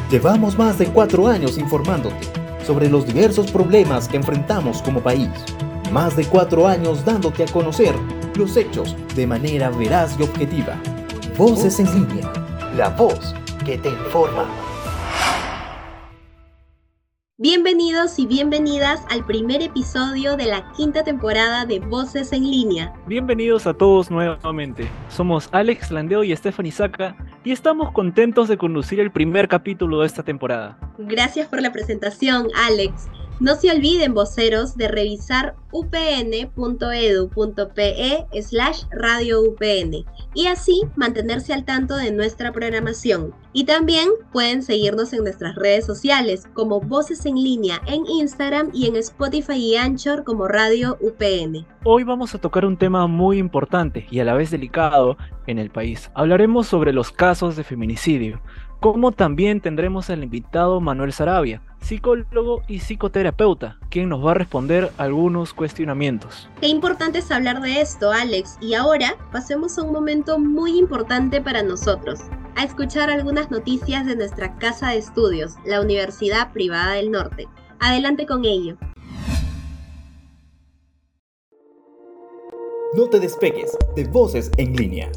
Llevamos más de 4 años informándote sobre los diversos problemas que enfrentamos como país. Más de 4 años dándote a conocer los hechos de manera veraz y objetiva. Voces en línea, la voz que te informa. Bienvenidos y bienvenidas al primer episodio de la 5ª temporada de Voces en Línea. Bienvenidos a todos nuevamente. Somos Alex Landeo y Stephanie Saca y estamos contentos de conducir el primer capítulo de esta temporada. Gracias por la presentación, Alex. No se olviden, voceros, de revisar upn.edu.pe/Radio UPN y así mantenerse al tanto de nuestra programación. Y también pueden seguirnos en nuestras redes sociales como Voces en Línea en Instagram y en Spotify y Anchor como Radio UPN. Hoy vamos a tocar un tema muy importante y a la vez delicado en el país. Hablaremos sobre los casos de feminicidio, como también tendremos al invitado Manuel Sarabia, psicólogo y psicoterapeuta, quien nos va a responder algunos cuestionamientos. Qué importante es hablar de esto, Alex, y ahora pasemos a un momento muy importante para nosotros, a escuchar algunas noticias de nuestra casa de estudios, la Universidad Privada del Norte. Adelante con ello. No te despegues de Voces en Línea.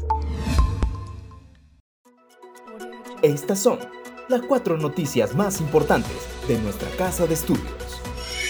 Estas son las 4 noticias más importantes de nuestra casa de estudios.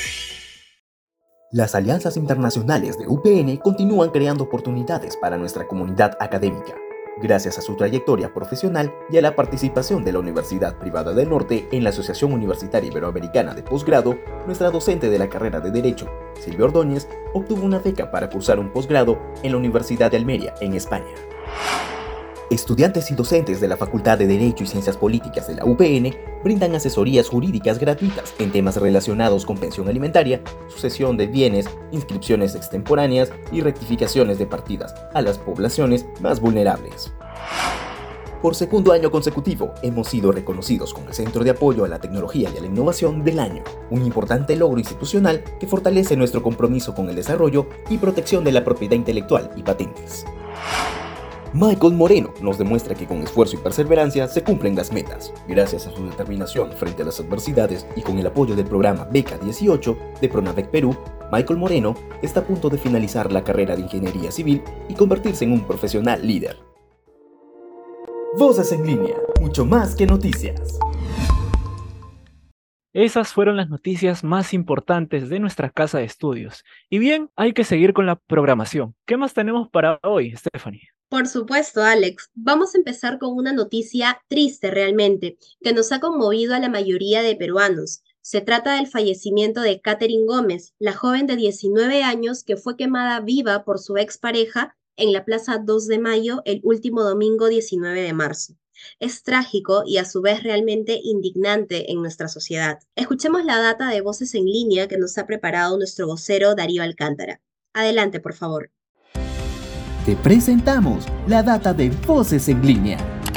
Las alianzas internacionales de UPN continúan creando oportunidades para nuestra comunidad académica. Gracias a su trayectoria profesional y a la participación de la Universidad Privada del Norte en la Asociación Universitaria Iberoamericana de Posgrado, nuestra docente de la carrera de Derecho, Silvia Ordóñez, obtuvo una beca para cursar un posgrado en la Universidad de Almería, en España. Estudiantes y docentes de la Facultad de Derecho y Ciencias Políticas de la UPN brindan asesorías jurídicas gratuitas en temas relacionados con pensión alimentaria, sucesión de bienes, inscripciones extemporáneas y rectificaciones de partidas a las poblaciones más vulnerables. Por segundo año consecutivo, hemos sido reconocidos como el Centro de Apoyo a la Tecnología y a la Innovación del Año, un importante logro institucional que fortalece nuestro compromiso con el desarrollo y protección de la propiedad intelectual y patentes. Michael Moreno nos demuestra que con esfuerzo y perseverancia se cumplen las metas. Gracias a su determinación frente a las adversidades y con el apoyo del programa Beca 18 de Pronavec Perú, Michael Moreno está a punto de finalizar la carrera de Ingeniería Civil y convertirse en un profesional líder. Voces en Línea, mucho más que noticias. Esas fueron las noticias más importantes de nuestra casa de estudios. Y bien, hay que seguir con la programación. ¿Qué más tenemos para hoy, Stephanie? Por supuesto, Alex. Vamos a empezar con una noticia triste realmente, que nos ha conmovido a la mayoría de peruanos. Se trata del fallecimiento de Katherine Gómez, la joven de 19 años que fue quemada viva por su expareja en la Plaza 2 de Mayo el último domingo 19 de marzo. Es trágico y a su vez realmente indignante en nuestra sociedad. Escuchemos la data de Voces en Línea que nos ha preparado nuestro vocero Darío Alcántara. Adelante, por favor. Te presentamos la data de Voces en Línea.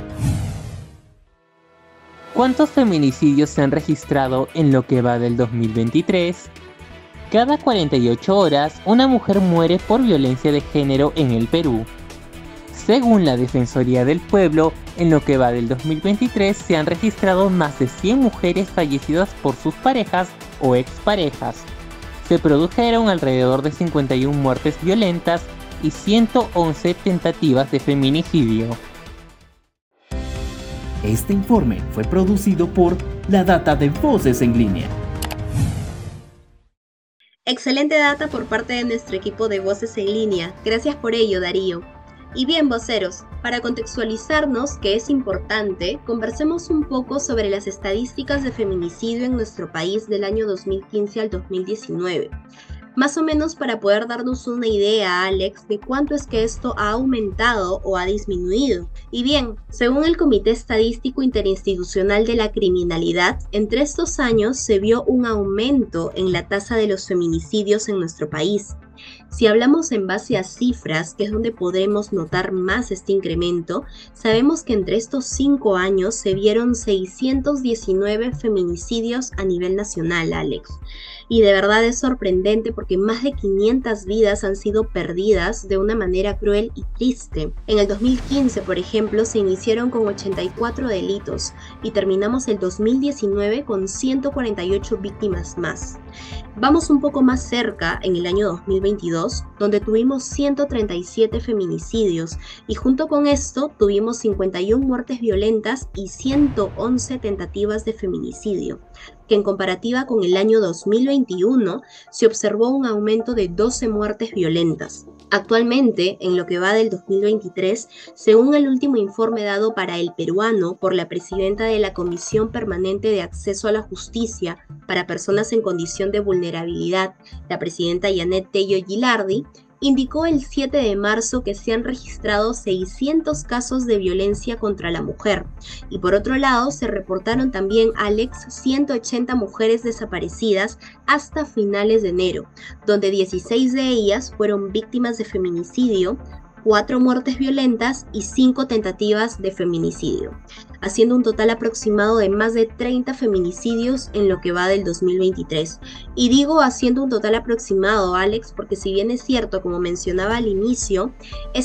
¿Cuántos feminicidios se han registrado en lo que va del 2023? Cada 48 horas, una mujer muere por violencia de género en el Perú. Según la Defensoría del Pueblo, en lo que va del 2023 se han registrado más de 100 mujeres fallecidas por sus parejas o exparejas. Se produjeron alrededor de 51 muertes violentas y 111 tentativas de feminicidio. Este informe fue producido por la data de Voces en Línea. Excelente data por parte de nuestro equipo de Voces en Línea. Gracias por ello, Darío. Y bien, voceros, para contextualizarnos, que es importante, conversemos un poco sobre las estadísticas de feminicidio en nuestro país del año 2015 al 2019. Más o menos para poder darnos una idea, Alex, de cuánto es que esto ha aumentado o ha disminuido. Y bien, según el Comité Estadístico Interinstitucional de la Criminalidad, entre estos años se vio un aumento en la tasa de los feminicidios en nuestro país. Si hablamos en base a cifras, que es donde podremos notar más este incremento, sabemos que entre estos 5 años se vieron 619 feminicidios a nivel nacional, Alex. Y de verdad es sorprendente porque más de 500 vidas han sido perdidas de una manera cruel y triste. En el 2015, por ejemplo, se iniciaron con 84 delitos y terminamos el 2019 con 148 víctimas más. Vamos un poco más cerca en el año 2022, donde tuvimos 137 feminicidios y junto con esto tuvimos 51 muertes violentas y 111 tentativas de feminicidio, que en comparativa con el año 2021 se observó un aumento de 12 muertes violentas. Actualmente, en lo que va del 2023, según el último informe dado para El Peruano por la presidenta de la Comisión Permanente de Acceso a la Justicia para Personas en Condición de Vulnerabilidad, la presidenta Yanet Tello Gilardi, indicó el 7 de marzo que se han registrado 600 casos de violencia contra la mujer. Y por otro lado, se reportaron también, Alex, 180 mujeres desaparecidas hasta finales de enero, donde 16 de ellas fueron víctimas de feminicidio, 4 muertes violentas y 5 tentativas de feminicidio, haciendo un total aproximado de más de 30 feminicidios en lo que va del 2023. Y digo haciendo un total aproximado, Alex, porque si bien es cierto, como mencionaba al inicio,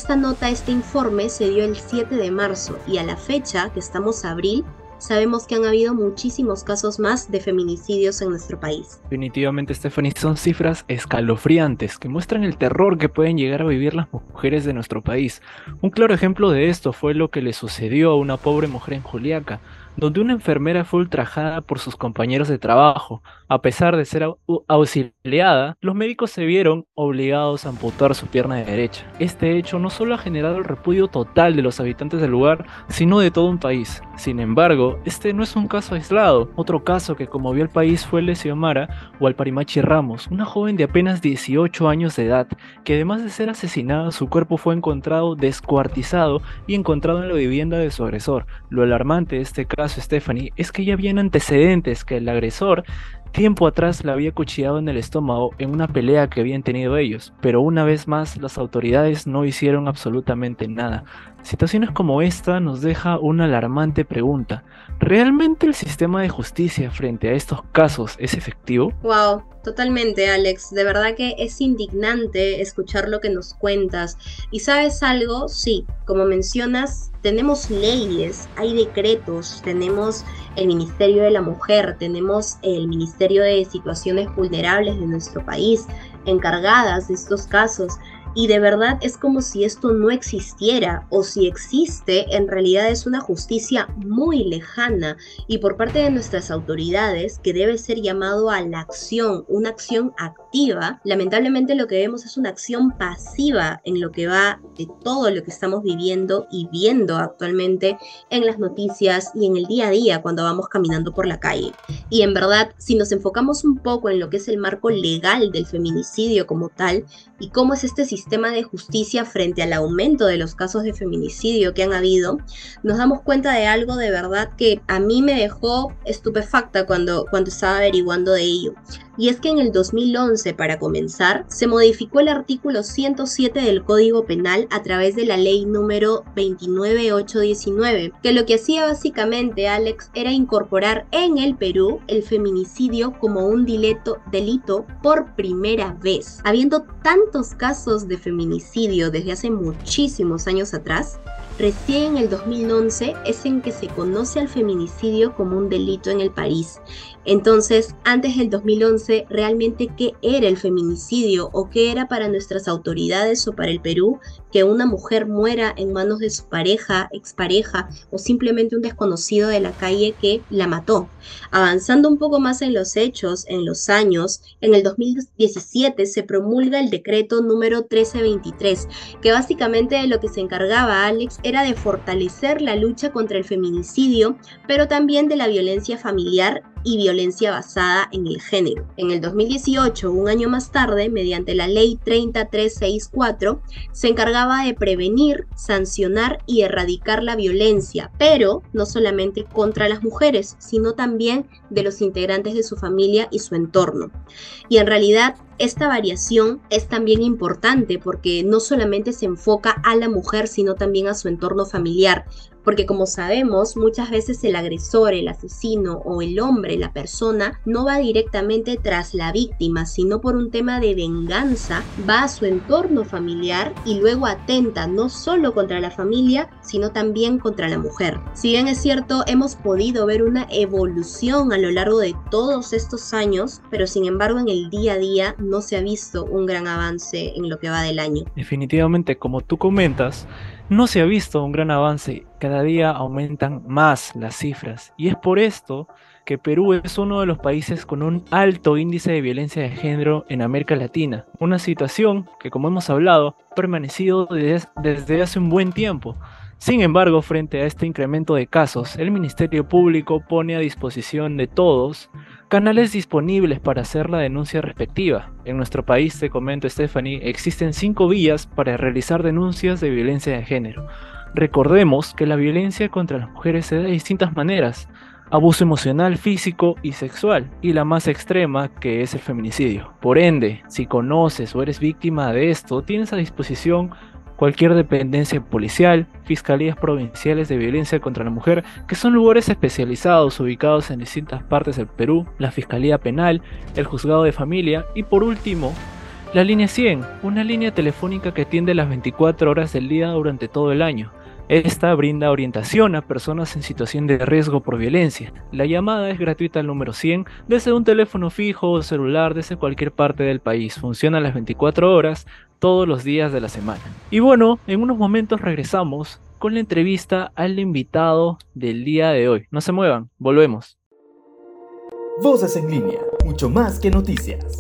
este informe se dio el 7 de marzo y a la fecha, que estamos a abril, sabemos que han habido muchísimos casos más de feminicidios en nuestro país. Definitivamente, Stephanie, son cifras escalofriantes que muestran el terror que pueden llegar a vivir las mujeres de nuestro país. Un claro ejemplo de esto fue lo que le sucedió a una pobre mujer en Juliaca, donde una enfermera fue ultrajada por sus compañeros de trabajo. A pesar de ser auxiliada, los médicos se vieron obligados a amputar su pierna derecha. Este hecho no solo ha generado el repudio total de los habitantes del lugar, sino de todo un país. Sin embargo, este no es un caso aislado. Otro caso que conmovió al país fue el de Xiomara Walparimachi Ramos, una joven de apenas 18 años de edad, que además de ser asesinada, su cuerpo fue encontrado descuartizado y encontrado en la vivienda de su agresor. Lo alarmante de este caso, Stephanie, es que ya habían antecedentes que el agresor tiempo atrás la había cuchillado en el estómago en una pelea que habían tenido ellos, pero una vez más las autoridades no hicieron absolutamente nada. Situaciones como esta nos deja una alarmante pregunta: ¿realmente el sistema de justicia frente a estos casos es efectivo? Wow, totalmente, Alex. De verdad que es indignante escuchar lo que nos cuentas. ¿Y sabes algo? Sí, como mencionas, tenemos leyes, hay decretos, tenemos el Ministerio de la Mujer, tenemos el Ministerio de Situaciones Vulnerables de nuestro país, encargadas de estos casos. Y de verdad es como si esto no existiera, o si existe, en realidad es una justicia muy lejana y por parte de nuestras autoridades, que debe ser llamado a la acción, una acción activa. Lamentablemente lo que vemos es una acción pasiva en lo que va de todo lo que estamos viviendo y viendo actualmente en las noticias y en el día a día cuando vamos caminando por la calle. Y en verdad, si nos enfocamos un poco en lo que es el marco legal del feminicidio como tal y cómo es este sistema de justicia frente al aumento de los casos de feminicidio que han habido, nos damos cuenta de algo de verdad que a mí me dejó estupefacta cuando estaba averiguando de ello. Y es que en el 2011, para comenzar, se modificó el artículo 107 del Código Penal a través de la ley número 29819, que lo que hacía básicamente, Alex, era incorporar en el Perú el feminicidio como un delito por primera vez. Habiendo tantos casos de feminicidio desde hace muchísimos años atrás, recién en el 2011 es en que se conoce al feminicidio como un delito en el país. Entonces, antes del 2011, ¿realmente qué era el feminicidio o qué era para nuestras autoridades o para el Perú que una mujer muera en manos de su pareja, expareja o simplemente un desconocido de la calle que la mató? Avanzando un poco más en los hechos, en los años, en el 2017 se promulga el decreto número 1323, que básicamente de lo que se encargaba, Alex, era de fortalecer la lucha contra el feminicidio, pero también de la violencia familiar y violencia basada en el género. En el 2018, un año más tarde, mediante la Ley 30364, se encargaba de prevenir, sancionar y erradicar la violencia, pero no solamente contra las mujeres, sino también de los integrantes de su familia y su entorno. Y en realidad, esta variación es también importante porque no solamente se enfoca a la mujer, sino también a su entorno familiar. Porque como sabemos, muchas veces el agresor, el asesino o el hombre, la persona, no va directamente tras la víctima, sino por un tema de venganza, va a su entorno familiar y luego atenta no solo contra la familia, sino también contra la mujer. Si bien es cierto, hemos podido ver una evolución a lo largo de todos estos años, pero sin embargo en el día a día no se ha visto un gran avance en lo que va del año. Definitivamente, como tú comentas, no se ha visto un gran avance. Cada día aumentan más las cifras. Y es por esto que Perú es uno de los países con un alto índice de violencia de género en América Latina. Una situación que, como hemos hablado, ha permanecido desde hace un buen tiempo. Sin embargo, frente a este incremento de casos, el Ministerio Público pone a disposición de todos canales disponibles para hacer la denuncia respectiva. En nuestro país, te comento, Stephanie, existen 5 vías para realizar denuncias de violencia de género. Recordemos que la violencia contra las mujeres se da de distintas maneras: abuso emocional, físico y sexual, y la más extrema, que es el feminicidio. Por ende, si conoces o eres víctima de esto, tienes a disposición cualquier dependencia policial, fiscalías provinciales de violencia contra la mujer, que son lugares especializados ubicados en distintas partes del Perú, la Fiscalía Penal, el Juzgado de Familia y, por último, la línea 100, una línea telefónica que atiende las 24 horas del día durante todo el año. Esta brinda orientación a personas en situación de riesgo por violencia. La llamada es gratuita al número 100 desde un teléfono fijo o celular desde cualquier parte del país. Funciona a las 24 horas todos los días de la semana. Y bueno, en unos momentos regresamos con la entrevista al invitado del día de hoy. No se muevan, volvemos. Voces en línea, mucho más que noticias.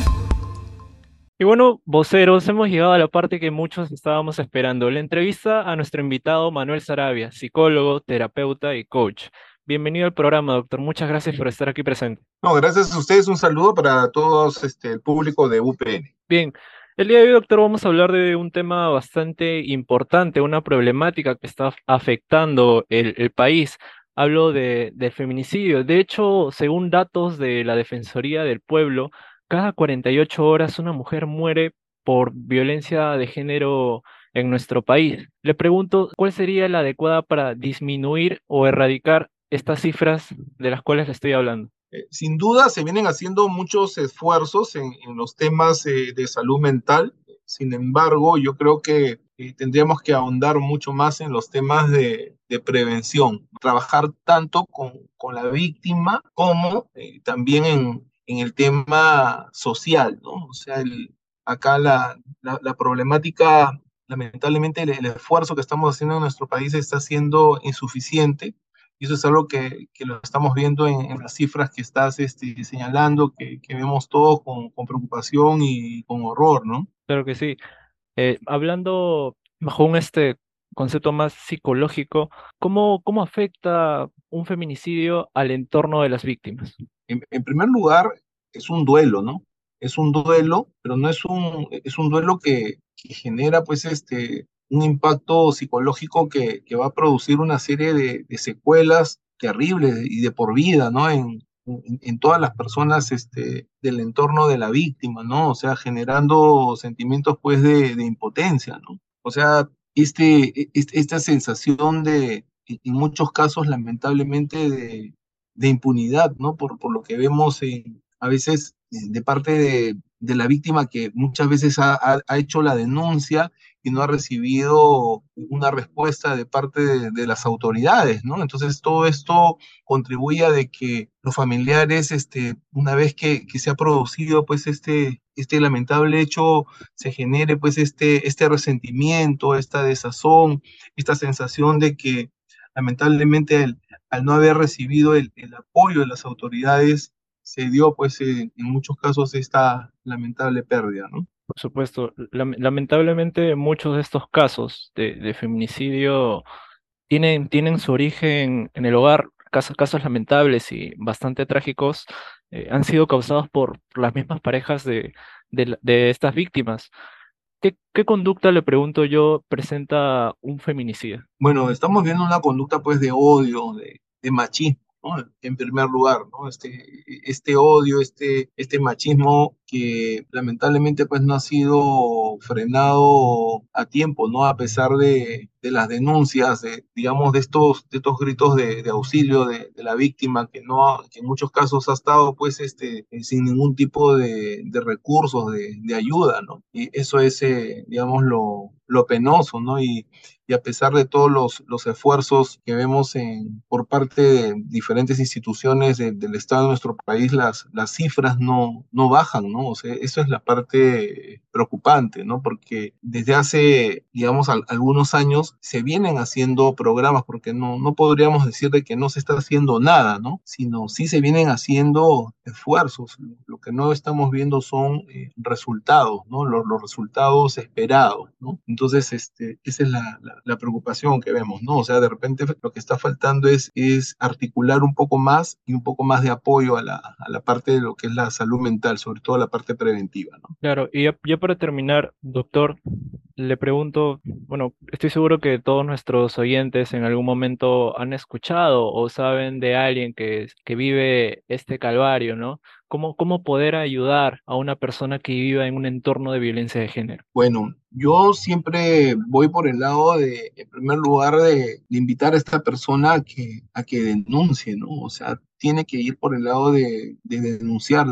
Y bueno, voceros, hemos llegado a la parte que muchos estábamos esperando, la entrevista a nuestro invitado Manuel Sarabia, psicólogo, terapeuta y coach. Bienvenido al programa, doctor. Muchas gracias por estar aquí presente. No, gracias a ustedes. Un saludo para todos el público de UPN. Bien, el día de hoy, doctor, vamos a hablar de un tema bastante importante, una problemática que está afectando el país. Hablo del feminicidio. De hecho, según datos de la Defensoría del Pueblo, cada 48 horas una mujer muere por violencia de género en nuestro país. Le pregunto, ¿cuál sería la adecuada para disminuir o erradicar estas cifras de las cuales le estoy hablando? Sin duda se vienen haciendo muchos esfuerzos en los temas de salud mental. Sin embargo, yo creo que tendríamos que ahondar mucho más en los temas de prevención. Trabajar tanto con la víctima como también en el tema social, ¿no? O sea, acá la problemática, lamentablemente el esfuerzo que estamos haciendo en nuestro país está siendo insuficiente. Y eso es algo que lo estamos viendo en las cifras que estás señalando, que vemos todos con preocupación y con horror, ¿no? Claro que sí. Hablando bajo concepto más psicológico, ¿cómo afecta un feminicidio al entorno de las víctimas? En primer lugar, es un duelo, ¿no? Es un duelo, pero no es un duelo que genera, pues, un impacto psicológico que va a producir una serie de secuelas terribles y de por vida, ¿no? En todas las personas del entorno de la víctima, ¿no? O sea, generando sentimientos, pues, de impotencia, ¿no? O sea, esta sensación en muchos casos, lamentablemente, de impunidad, ¿no? Por lo que vemos a veces de parte de la víctima, que muchas veces ha hecho la denuncia y no ha recibido una respuesta de parte de las autoridades, ¿no? Entonces todo esto contribuye a de que los familiares, una vez que se ha producido, pues, este lamentable hecho, se genere, pues, este resentimiento, esta desazón, esta sensación de que lamentablemente al no haber recibido el apoyo de las autoridades, se dio, pues, en muchos casos esta lamentable pérdida, ¿no? Por supuesto, lamentablemente muchos de estos casos de feminicidio tienen su origen en el hogar. casos lamentables y bastante trágicos han sido causados por las mismas parejas de estas víctimas. ¿Qué conducta, le pregunto yo, presenta un feminicida? Bueno, estamos viendo una conducta pues de odio, de machismo, ¿no? En primer lugar, ¿no? Este odio, este machismo que lamentablemente pues no ha sido frenado a tiempo, ¿no? A pesar de las denuncias, digamos, de estos gritos de auxilio de la víctima, que en muchos casos ha estado pues sin ningún tipo de recursos, de ayuda, ¿no? Y eso es, digamos, lo penoso, ¿no? Y a pesar de todos los esfuerzos que vemos por parte de diferentes instituciones del Estado de nuestro país, las cifras no bajan, ¿no? O sea, eso es la parte preocupante, ¿no? Porque desde hace, digamos, algunos años se vienen haciendo programas, porque no podríamos decir de que no se está haciendo nada, ¿no? Sino sí se vienen haciendo esfuerzos. Lo que no estamos viendo son resultados, ¿no? Los resultados esperados, ¿no? Entonces, esa es la preocupación que vemos, ¿no? O sea, de repente lo que está faltando es articular un poco más y un poco más de apoyo a la parte de lo que es la salud mental, sobre todo la parte preventiva, ¿no? Claro, y ya para terminar, doctor, le pregunto, bueno, estoy seguro que todos nuestros oyentes en algún momento han escuchado o saben de alguien que vive este calvario, ¿no? ¿Cómo poder ayudar a una persona que viva en un entorno de violencia de género? Bueno, yo siempre voy por el lado en primer lugar, de invitar a esta persona a que denuncie, ¿no? O sea, tiene que ir por el lado de denunciar.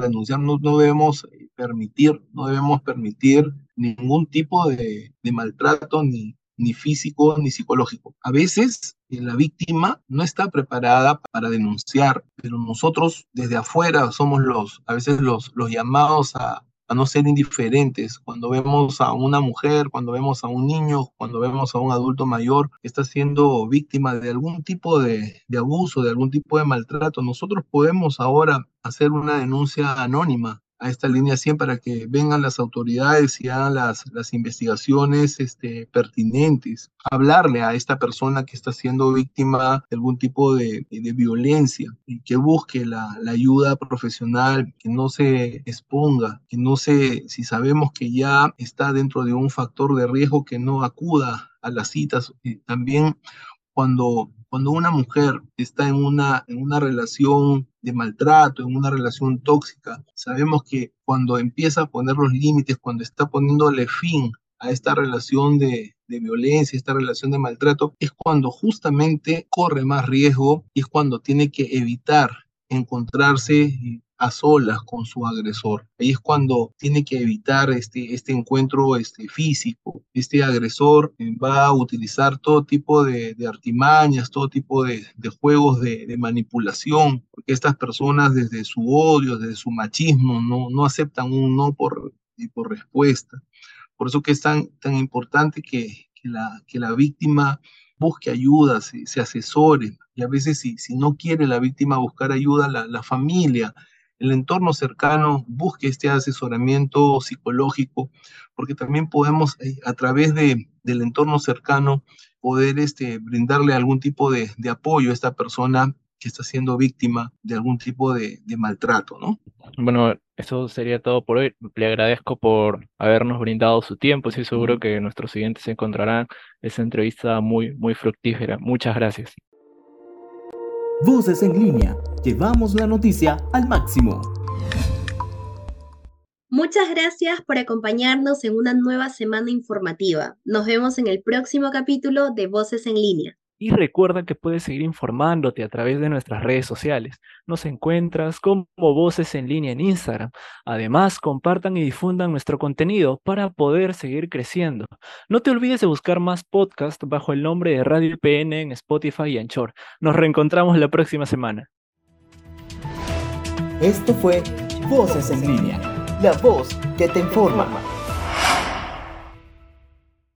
No debemos permitir ningún tipo de maltrato, ni físico ni psicológico. A veces la víctima no está preparada para denunciar, pero nosotros desde afuera somos a veces los llamados a no ser indiferentes. Cuando vemos a una mujer, cuando vemos a un niño, cuando vemos a un adulto mayor que está siendo víctima de algún tipo de abuso, de algún tipo de maltrato, nosotros podemos ahora hacer una denuncia anónima a esta línea 100 para que vengan las autoridades y hagan las investigaciones pertinentes. Hablarle a esta persona que está siendo víctima de algún tipo de violencia y que busque la ayuda profesional, que no se exponga, si sabemos que ya está dentro de un factor de riesgo, que no acuda a las citas. También cuando una mujer está en una relación de maltrato, en una relación tóxica, sabemos que cuando empieza a poner los límites, cuando está poniéndole fin a esta relación de violencia, esta relación de maltrato, es cuando justamente corre más riesgo y es cuando tiene que evitar encontrarse a solas con su agresor. Ahí es cuando tiene que evitar este encuentro físico. Este agresor va a utilizar todo tipo de artimañas, todo tipo de juegos de manipulación, porque estas personas, desde su odio, desde su machismo, no aceptan un no por respuesta. Por eso que es tan importante que la víctima busque ayuda, se asesore. Y a veces, si no quiere la víctima buscar ayuda, la familia, el entorno cercano, busque este asesoramiento psicológico, porque también podemos, a través del entorno cercano, poder brindarle algún tipo de apoyo a esta persona que está siendo víctima de algún tipo de maltrato, ¿no? Bueno, eso sería todo por hoy. Le agradezco por habernos brindado su tiempo. Estoy seguro que nuestros siguientes encontrarán esa entrevista muy, muy fructífera. Muchas gracias. Voces en línea. Llevamos la noticia al máximo. Muchas gracias por acompañarnos en una nueva semana informativa. Nos vemos en el próximo capítulo de Voces en línea. Y recuerda que puedes seguir informándote a través de nuestras redes sociales. Nos encuentras como Voces en Línea en Instagram. Además, compartan y difundan nuestro contenido para poder seguir creciendo. No te olvides de buscar más podcasts bajo el nombre de Radio IPN en Spotify y Anchor. Nos reencontramos la próxima semana. Esto fue Voces en línea, la voz que te informa.